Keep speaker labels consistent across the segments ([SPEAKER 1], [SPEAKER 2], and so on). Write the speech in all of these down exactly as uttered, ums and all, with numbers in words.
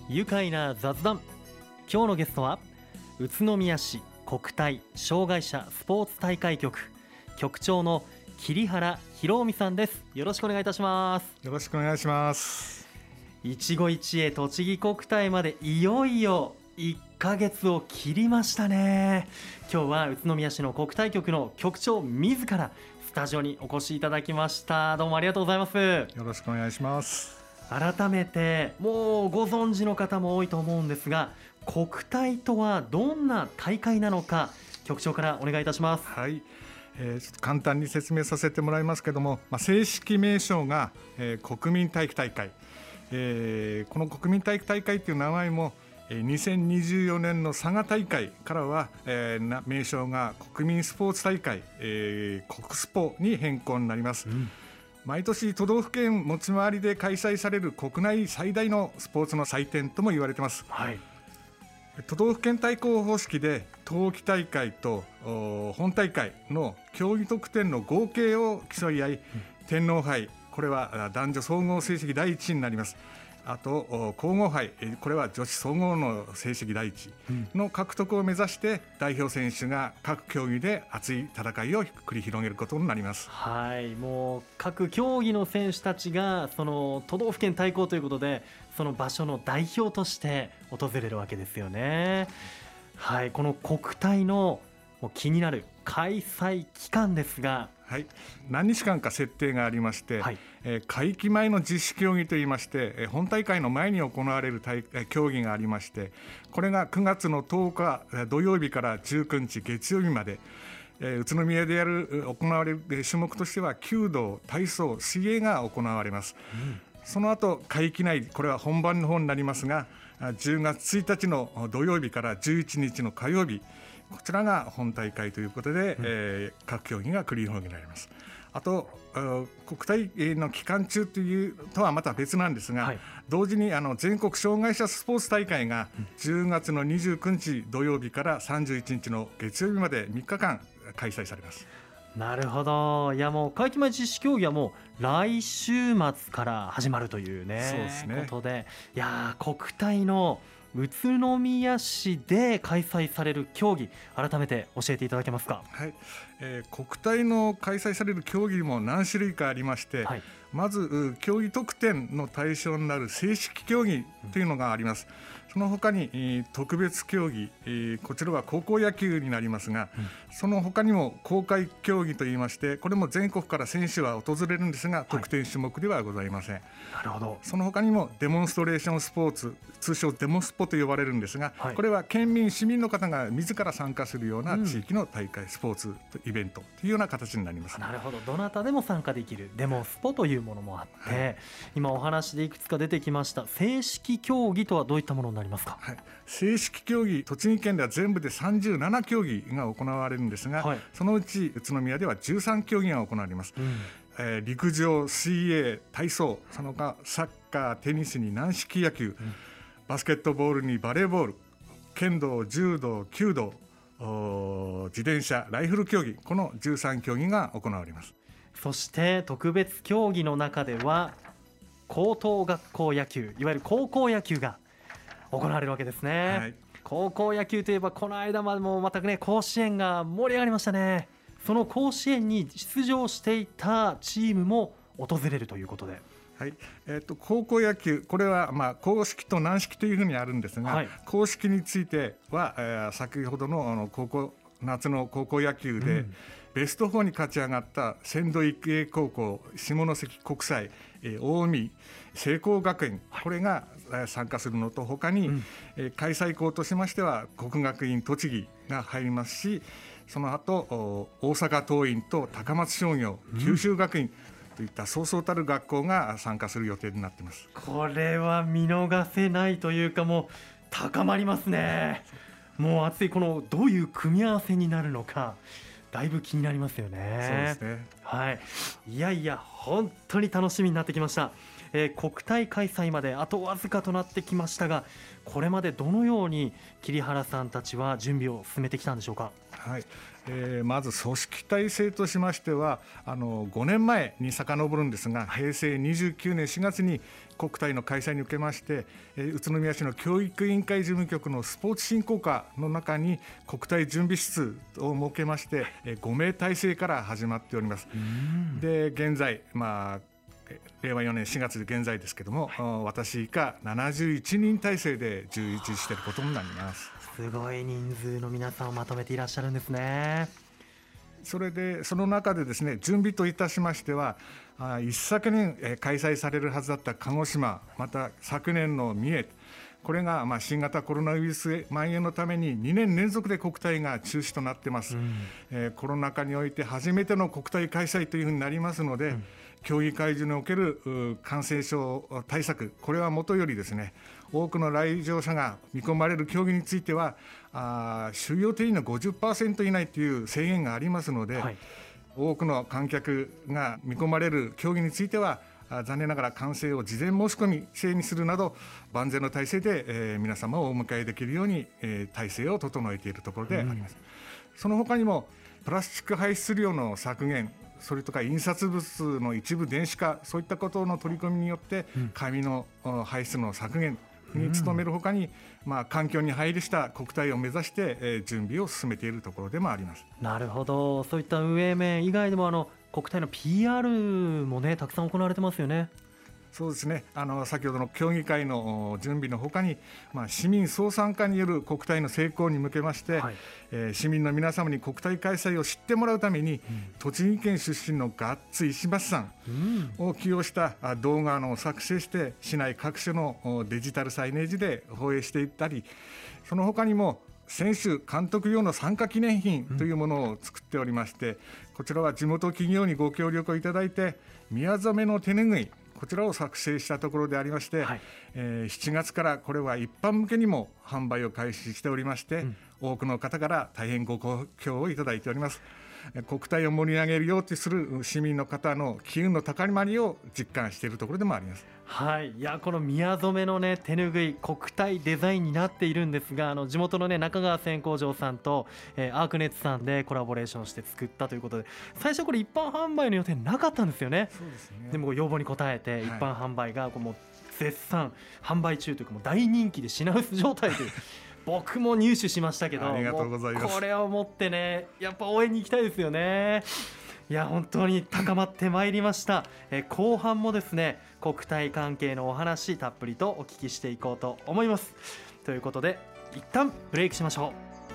[SPEAKER 1] 愉快な雑談。今日のゲストは宇都宮市国体障害者スポーツ大会局局長の桐原博臣さんです。よろしくお願いいたします。
[SPEAKER 2] よろしくお願いします。
[SPEAKER 1] 一期一会栃木国体までいよいよいっかげつを切りましたね。今日は宇都宮市の国体局の局長自らスタジオにお越しいただきました。どうもありがとうございます。
[SPEAKER 2] よろしくお願いします。
[SPEAKER 1] 改めてもうご存知の方も多いと思うんですが、国体とはどんな大会なのか局長からお願いいたします。
[SPEAKER 2] はい、えー、ちょっと簡単に説明させてもらいますけども、まあ、正式名称が、えー、国民体育大会、えー、この国民体育大会という名前もにせんにじゅうよねんの佐賀大会からは、えー、な名称が国民スポーツ大会、えー、国スポに変更になります。うん、毎年都道府県持ち回りで開催される国内最大のスポーツの祭典とも言われています。はい、都道府県対抗方式で冬季大会と本大会の競技得点の合計を競い合い、うん、天皇杯、これは男女総合成績第一になります。あと皇后杯、これは女子総合の成績第一の獲得を目指して代表選手が各競技で熱い戦いを繰り広げることになります。
[SPEAKER 1] はい、もう各競技の選手たちがその都道府県対抗ということでその場所の代表として訪れるわけですよね。はい、この国体のもう気になる開催期間ですが、
[SPEAKER 2] はい、何日間か設定がありまして、はい、えー、会期前の実施競技といいまして、えー、本大会の前に行われる大競技がありまして、これがくがつのとおか土曜日からじゅうくにち月曜日まで、えー、宇都宮でやる行われる種目としては弓道、体操、水泳が行われます。うん、その後会期内、これは本番の方になりますが、じゅうがつついたちの土曜日からじゅういちにちの火曜日、こちらが本大会ということで、うん、えー、各競技が繰り広げられます。あと国体の期間中というとはまた別なんですが、はい、同時にあの全国障害者スポーツ大会がじゅうがつのにじゅうくにち土曜日からさんじゅういちにちの月曜日までみっかかん開催されます。
[SPEAKER 1] なるほど。いや、もう会期前実施競技はもう来週末から始まるというね、そうですね、ことで、いや国体の宇都宮市で開催される競技、改めて教えていただけますか。
[SPEAKER 2] はい、えー、国体の開催される競技も何種類かありまして、はい、まず競技得点の対象になる正式競技というのがあります。うん、その他に、えー、特別競技、えー、こちらは高校野球になりますが、うん、その他にも公開競技といいまして、これも全国から選手は訪れるんですが、得点種目ではございません。はい、
[SPEAKER 1] なるほど。
[SPEAKER 2] その他にもデモンストレーションスポーツ、通称デモスポと呼ばれるんですが、はい、これは県民市民の方が自ら参加するような地域の大会、うん、スポーツイベントというような形になります。
[SPEAKER 1] なるほど。どなたでも参加できるデモスポというものもあって、はい、今お話でいくつか出てきました正式競技とはどういったものになりますか。
[SPEAKER 2] はい、正式競技、栃木県では全部でさんじゅうななきょうぎが行われるんですが、はい、そのうち宇都宮ではじゅうさんきょうぎが行われます。うん、えー、陸上、水泳、体操、その他サッカー、テニスに軟式野球、うん、バスケットボールにバレーボール、剣道、柔道、弓道、自転車、ライフル競技、このじゅうさんきょうぎが行われます。
[SPEAKER 1] そして特別競技の中では高等学校野球、いわゆる高校野球が行われるわけですね。はい、高校野球といえばこの間までもまたね甲子園が盛り上がりましたね。その甲子園に出場していたチームも訪れるということで、
[SPEAKER 2] はい、えー、と高校野球、これはまあ公式と軟式というふうにあるんですが、はい、公式については、えー、先ほど の, あの高校夏の高校野球で、うん、ベストよんに勝ち上がった仙台育英高校、下関国際、えー、近江、聖光学園、これが、はい、参加するのと他に、うん、えー、開催校としましては国学院栃木が入りますし、その後大阪桐蔭と高松商業、九州学院、うんといったそうそうたる学校が参加する予定になっています。
[SPEAKER 1] これは見逃せないというか、もう高まりますね。もう熱い、このどういう組み合わせになるのかだいぶ気になりますよね。
[SPEAKER 2] そうですね。
[SPEAKER 1] はい、いやいや本当に楽しみになってきました。 えー、国体開催まであとわずかとなってきましたが、これまでどのように桐原さんたちは準備を進めてきたんでしょうか。
[SPEAKER 2] はい、えー、まず組織体制としましてはあのごねんまえに遡るんですが、へいせいにじゅうきゅうねんしがつに国体の開催に向けまして、えー、宇都宮市の教育委員会事務局のスポーツ振興課の中に国体準備室を設けまして、えー、ごめい体制から始まっております。で現在、まあれいわよねんしがつで現在ですけども、はい、私以下ななじゅういちにん体制で充実していることになります。
[SPEAKER 1] すごい人数の皆さんをまとめていらっしゃるんですね。
[SPEAKER 2] それでその中でですね、準備といたしましては、一昨年開催されるはずだった鹿児島、また昨年の三重、これがまあ新型コロナウイルス蔓延のためににねんれんぞくで国体が中止となっています、うんえー、コロナ禍において初めての国体開催というふうになりますので、うん、競技会場における感染症対策、これはもとよりですね、多くの来場者が見込まれる競技についてはあ収容定員の ごじゅっパーセント 以内という制限がありますので、はい、多くの観客が見込まれる競技については残念ながら歓声を事前申し込み制にするなど万全の体制で、えー、皆様をお迎えできるように、えー、体制を整えているところであります、うん、その他にもプラスチック排出量の削減、それとか印刷物の一部電子化、そういったことの取り組みによって紙の排出の削減に努めるほかに、まあ、環境に配慮した国体を目指して、えー、準備を進めているところでもあります。
[SPEAKER 1] なるほど、そういった運営面以外でもあの国体の ピーアール もねたくさん行われてますよね。
[SPEAKER 2] そうですね、あの先ほどの協議会の準備のほかに、まあ、市民総参加による国体の成功に向けまして、はいえー、市民の皆様に国体開催を知ってもらうために、うん、栃木県出身のガッツ石橋さんを起用した動画を作成して市内各所のデジタルサイネージで放映していったり、その他にも選手監督用の参加記念品というものを作っておりまして、うん、こちらは地元企業にご協力をいただいて宮染めの手ぬぐい、こちらを作成したところでありまして、はいえー、しちがつからこれは一般向けにも販売を開始しておりまして、うん、多くの方から大変ご好評をいただいております。国体を盛り上げるようとする市民の方の機運の高まりを実感しているところでもあります。
[SPEAKER 1] はい、いやこの宮染めの、ね、手ぬぐい国体デザインになっているんですが、あの地元の、ね、中川線工場さんと、えー、アークネットさんでコラボレーションして作ったということで、最初これ一般販売の予定なかったんですよね。
[SPEAKER 2] そうですね。
[SPEAKER 1] でも要望に応えて一般販売がこうもう絶賛販売中というか、もう大人気で品薄状態という僕も入手しましたけど、
[SPEAKER 2] ありがとうございます。
[SPEAKER 1] これを持ってねやっぱ応援に行きたいですよね。いや本当に高まってまいりました。え後半もですね国体関係のお話たっぷりとお聞きしていこうと思います。ということで一旦ブレイクしましょ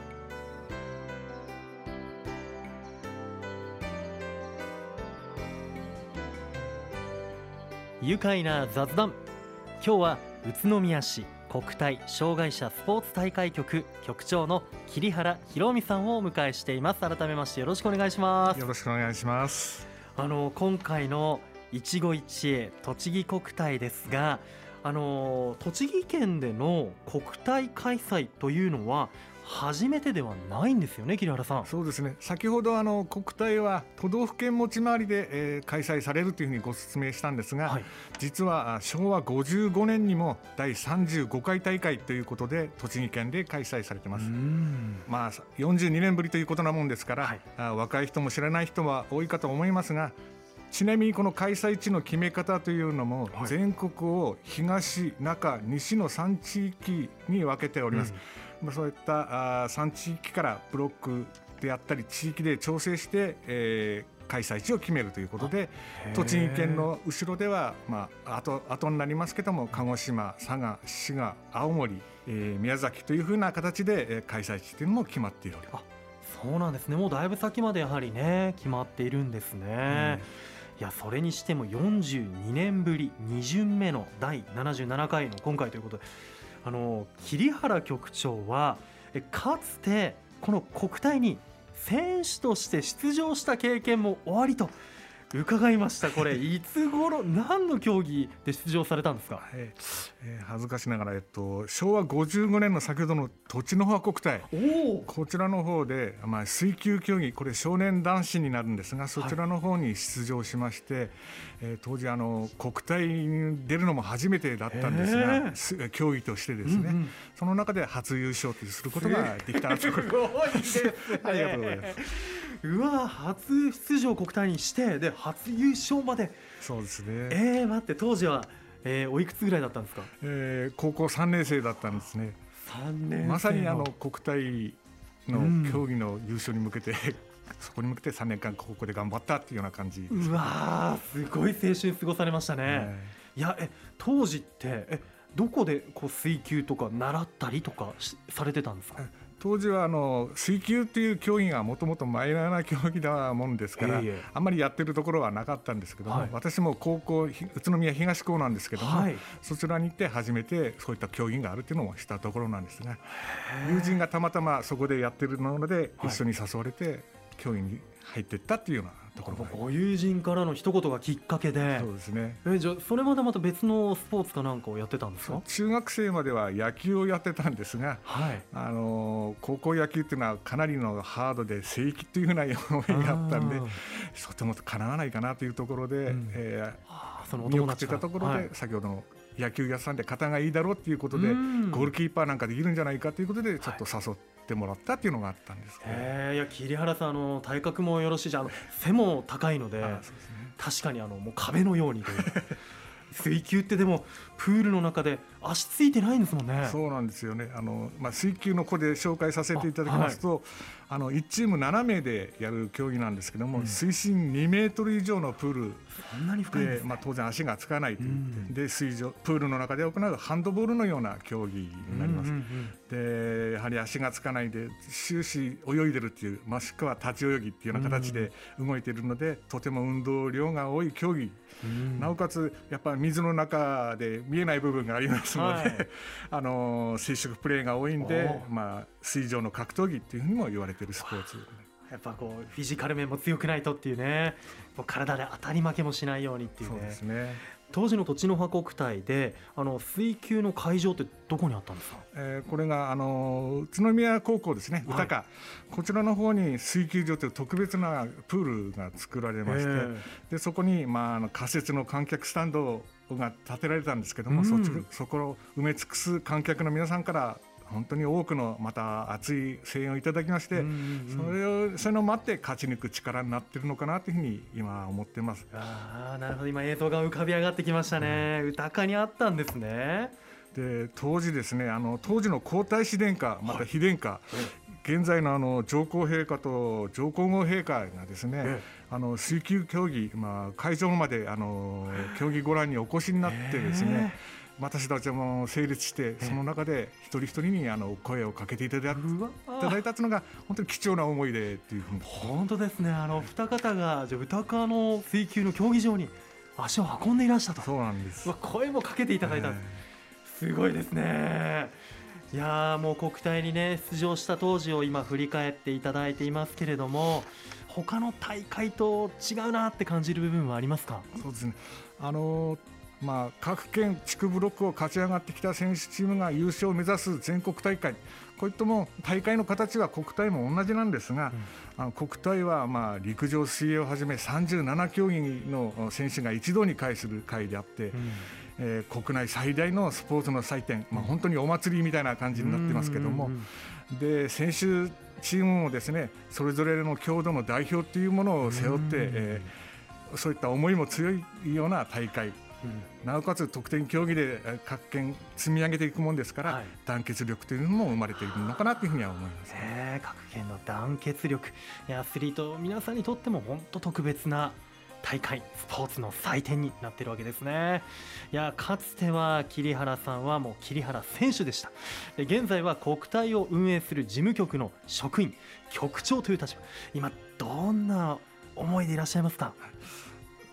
[SPEAKER 1] う。愉快な雑談、今日は宇都宮市国体障害者スポーツ大会局局長の桐原博美さんをお迎えしています。改めましてよろしくお願いします。
[SPEAKER 2] よろしくお願いします。
[SPEAKER 1] あの今回の一期一会栃木国体ですが、あの栃木県での国体開催というのは初めてではないんですよね、桐原さん。
[SPEAKER 2] そうですね、先ほどあの国体は都道府県持ち回りで、えー、開催されるというふうにご説明したんですが、はい、実はしょうわごじゅうごねんにもだいさんじゅうごかい大会ということで栃木県で開催されています。まあ、よんじゅうにねんぶりということなもんですから、はい、あ若い人も知らない人は多いかと思いますが、ちなみにこの開催地の決め方というのも全国を東、中、西のさん地域に分けております、うん、そういったさん地域からブロックであったり地域で調整して、えー、開催地を決めるということで、栃木県の後ろでは、まあ、後, 後になりますけども鹿児島、佐賀、滋賀、青森、えー、宮崎というふうな形で、えー、開催地というのも決まっている。
[SPEAKER 1] あ、そうなんですね。もうだいぶ先までやはりね決まっているんですね、うんいやそれにしてもよんじゅうにねんぶりに巡目のだいななじゅうななかいの今回ということで、あの桐原局長はかつてこの国体に選手として出場した経験もおありと、 伺いました。これいつ頃何の競技で出場されたんですか？
[SPEAKER 2] えーえー、恥ずかしながら、えっと、しょうわごじゅうごねんの先ほどの栃の葉国体、こちらの方で、まあ、水球競技、これ少年男子になるんですが、そちらの方に出場しまして、はい、えー、当時あの国体に出るのも初めてだったんですが、競技としてですね、うんうん、その中で初優勝することができた
[SPEAKER 1] すごいですね。
[SPEAKER 2] ありがとうございます。
[SPEAKER 1] うわ、初出場国体にしてで初優勝まで。
[SPEAKER 2] そうですね。
[SPEAKER 1] えー、待って、当時は、えー、おいくつぐらいだったんですか？
[SPEAKER 2] えー、高校さんねん生だったんですね。
[SPEAKER 1] さんねん生
[SPEAKER 2] まさにあの国体の競技の優勝に向けて、うん、そこに向けてさんねんかんここで頑張ったっていうような感じです、ね。
[SPEAKER 1] うわー、すごい青春過ごされましたね。えー、いやえ当時ってえどこでこう水球とか習ったりとかされてたんですか？
[SPEAKER 2] 当時はあの水球っていう競技がもともとマイナーな競技だもんですから、えー、あんまりやってるところはなかったんですけども、はい、私も高校宇都宮東高なんですけども、はい、そちらに行って初めてそういった競技があるっていうのをしたところなんですが、友人がたまたまそこでやってるので一緒に誘われて競技に入っていったっていうようなところが、
[SPEAKER 1] ご友人からの一言がきっかけで。
[SPEAKER 2] そうですね。
[SPEAKER 1] えじゃあそれまでまた別のスポーツかなんかをやってたんですか？
[SPEAKER 2] 中学生までは野球をやってたんですが、はい、あの高校野球っていうのはかなりのハードで聖域っていうふうな思いがあったんで、とてもかなわないかなというところで、うん、えー、その見送ってたところで、はい、先ほどの野球やさんで肩がいいだろうということで、ゴールキーパーなんかできるんじゃないかということでちょっと誘ってもらったっていうのがあったんです、ね。
[SPEAKER 1] へー、いや桐原さん、あの体格もよろしいし、あの背も高いので、そうですね、確かにあのもう壁のようにという水球ってでもプールの中で足ついてないんですもんね。
[SPEAKER 2] そうなんですよね。あの、まあ、水球の子で紹介させていただきますと、あ、はい、あのいちチームななめいでやる競技なんですけども、うん、水深にメートル以上のプールで、
[SPEAKER 1] そんなに深いんですね。
[SPEAKER 2] まあ、当然足がつかないという、うん、で水上プールの中で行うハンドボールのような競技になります、うんうんうん、でやはり足がつかないで終始泳いでるっていう、もしくは立ち泳ぎっていうような形で動いているので、うん、とても運動量が多い競技、うん、なおかつやっぱり水の中で見えない部分がありますので、はい、あの水色プレーが多いんで、まあ、水上の格闘技っていうふうにも言われているスポーツ。
[SPEAKER 1] やっぱこうフィジカル面も強くないとっていうね、もう体で当たり負けもしないようにっていうね。
[SPEAKER 2] そうですね。
[SPEAKER 1] 当時の栃の葉国体であの水球の会場ってどこにあったんですか？
[SPEAKER 2] えー、これがあの宇都宮高校ですね、宇高、はい、こちらの方に水球場という特別なプールが作られまして、でそこに、まあ、あの仮設の観客スタンドが建てられたんですけども、うん、そ, そこを埋め尽くす観客の皆さんから本当に多くのまた熱い声援をいただきまして、うんうんうん、それをそれを待って勝ち抜く力になっているのかなというふうに今思っています。
[SPEAKER 1] あ、なるほど、今映像が浮かび上がってきましたね、うん、宇高にあったんですね。
[SPEAKER 2] で当時ですね、あの当時の皇太子殿下また妃殿下、はい、現在のあの上皇陛下と上皇后陛下がですね、ええ、あの水球競技、まあ、会場まであの競技ご覧にお越しになってですね、え私たちも成立して、その中で一人一人にあの声をかけていただいたのが本当に貴重な思い出っていうふうに。
[SPEAKER 1] 本当ですね。あの二方がじゃあ宇高の水球の競技場に足を運んでいらしたと。
[SPEAKER 2] そうなんです。
[SPEAKER 1] 声もかけていただいた、えー、すごいですね。いやもう国体にね出場した当時を今振り返っていただいていますけれども、他の大会と違うなって感じる部分はありますか？
[SPEAKER 2] そうですね、あのまあ、各県地区ブロックを勝ち上がってきた選手チームが優勝を目指す全国大会、こういったも大会の形は国体も同じなんですが、うん、あの国体はまあ陸上水泳をはじめさんじゅうなな競技の選手が一堂に会する会であって、うん、えー、国内最大のスポーツの祭典、まあ、本当にお祭りみたいな感じになってますけども、で選手チームもですねそれぞれの郷土の代表というものを背負って、えー、そういった思いも強いような大会、うん、なおかつ得点競技で各県積み上げていくもんですから、はい、団結力というのも生まれているのかなというふうには思います、
[SPEAKER 1] ね、各県の団結力、アスリート皆さんにとっても本当特別な大会、スポーツの祭典になっているわけですね。いやかつては桐原さんはもう桐原選手でした。で現在は国体を運営する事務局の職員、局長という立場、今どんな思いでいらっしゃいますか？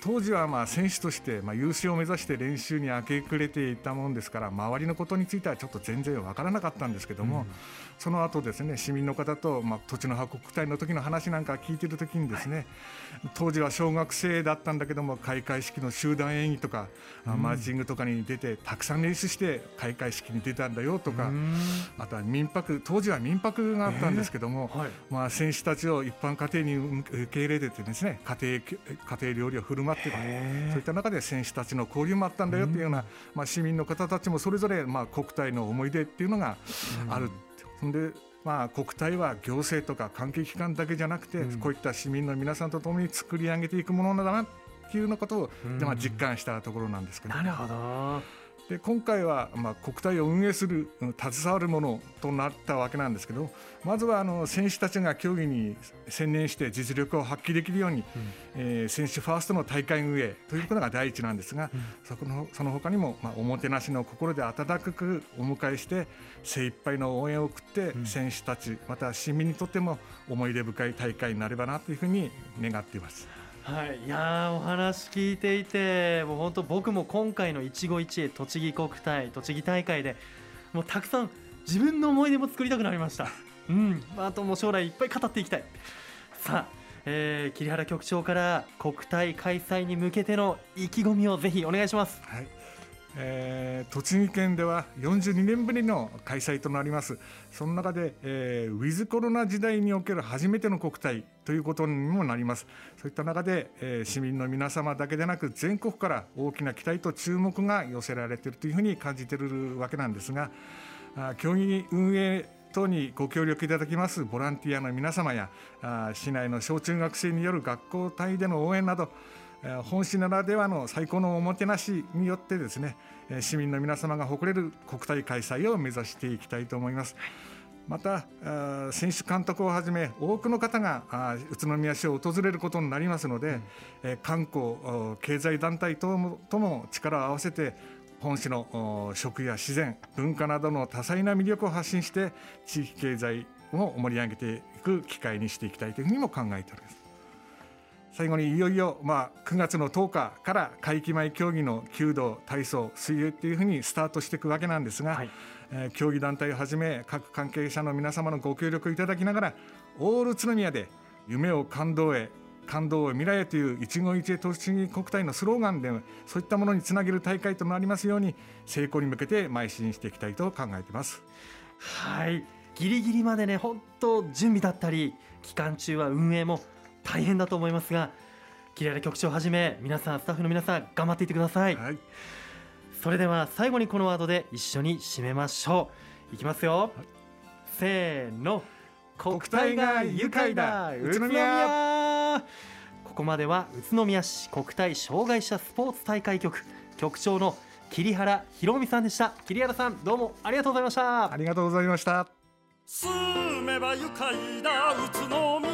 [SPEAKER 2] 当時はまあ選手としてまあ優勝を目指して練習に明け暮れていたもんですから、周りのことについてはちょっと全然わからなかったんですけども、うん、その後ですね、市民の方とまあ土地の破国体の時の話なんか聞いている時にですね、はい、当時は小学生だったんだけども、開会式の集団演技とか、うん、マーチングとかに出てたくさん練習して開会式に出たんだよとか、うん、あとは民泊、当時は民泊があったんですけども、えーはい、まあ、選手たちを一般家庭に受け入れてですね、家庭、家庭料理を振る舞っている、そういった中で選手たちの交流もあったんだよというような、うん、まあ、市民の方たちもそれぞれまあ国体の思い出っていうのがある、うん、でまあ、国体は行政とか関係機関だけじゃなくて、うん、こういった市民の皆さんと共に作り上げていくものだなっていうようなことを、うん、まあ、実感したところなんですけど、
[SPEAKER 1] なるほど。
[SPEAKER 2] で今回はまあ国体を運営する携わるものとなったわけなんですけど、まずはあの選手たちが競技に専念して実力を発揮できるように、うん、えー、選手ファーストの大会運営ということが第一なんですが、うん、そこのその他にもまあおもてなしの心で温かくお迎えして精一杯の応援を送って、うん、選手たちまた市民にとっても思い出深い大会になればなというふうに願っています。
[SPEAKER 1] はい、いやお話聞いていて、もう本当僕も今回の一期一会栃木国体栃木大会でもうたくさん自分の思い出も作りたくなりました。うん、あともう将来いっぱい語っていきたい。さあ、えー、桐原局長から国体開催に向けての意気込みをぜひお願いします。
[SPEAKER 2] はい、えー、栃木県ではよんじゅうにねんぶりの開催となります。その中で、えー、ウィズコロナ時代における初めての国体ということにもなります。そういった中で、えー、市民の皆様だけでなく全国から大きな期待と注目が寄せられているというふうに感じているわけなんですが、あ競技運営等にご協力いただきますボランティアの皆様や、あ市内の小中学生による学校単位での応援など、本市ならではの最高のおもてなしによってですね、市民の皆様が誇れる国体開催を目指していきたいと思います。また選手監督をはじめ多くの方が宇都宮市を訪れることになりますので、うん、観光経済団体とも、とも力を合わせて本市の食や自然文化などの多彩な魅力を発信して地域経済を盛り上げていく機会にしていきたいというふうにも考えております。最後にいよいよ、まあ、くがつのとおかから会期前競技の弓道、体操、水泳というふうにスタートしていくわけなんですが、はい、えー、競技団体をはじめ各関係者の皆様のご協力いただきながらオール宇都宮で夢を感動へ感動を未来へという一期一会栃木国体のスローガンでそういったものにつなげる大会となりますように成功に向けて邁進していきたいと考えています。
[SPEAKER 1] はい、ギリギリまでね本当準備だったり期間中は運営も大変だと思いますが、桐原局長をはじめ皆さんスタッフの皆さん頑張っていってください。はい、それでは最後にこのワードで一緒に締めましょう。いきますよ、はい、せーの、国体が愉快だ宇都宮。ここまでは宇都宮市国体障害者スポーツ大会局局長の桐原博美さんでした。桐原さんどうもありがとうございました。
[SPEAKER 2] ありがとうございました。
[SPEAKER 3] 住めば愉快だ宇都宮。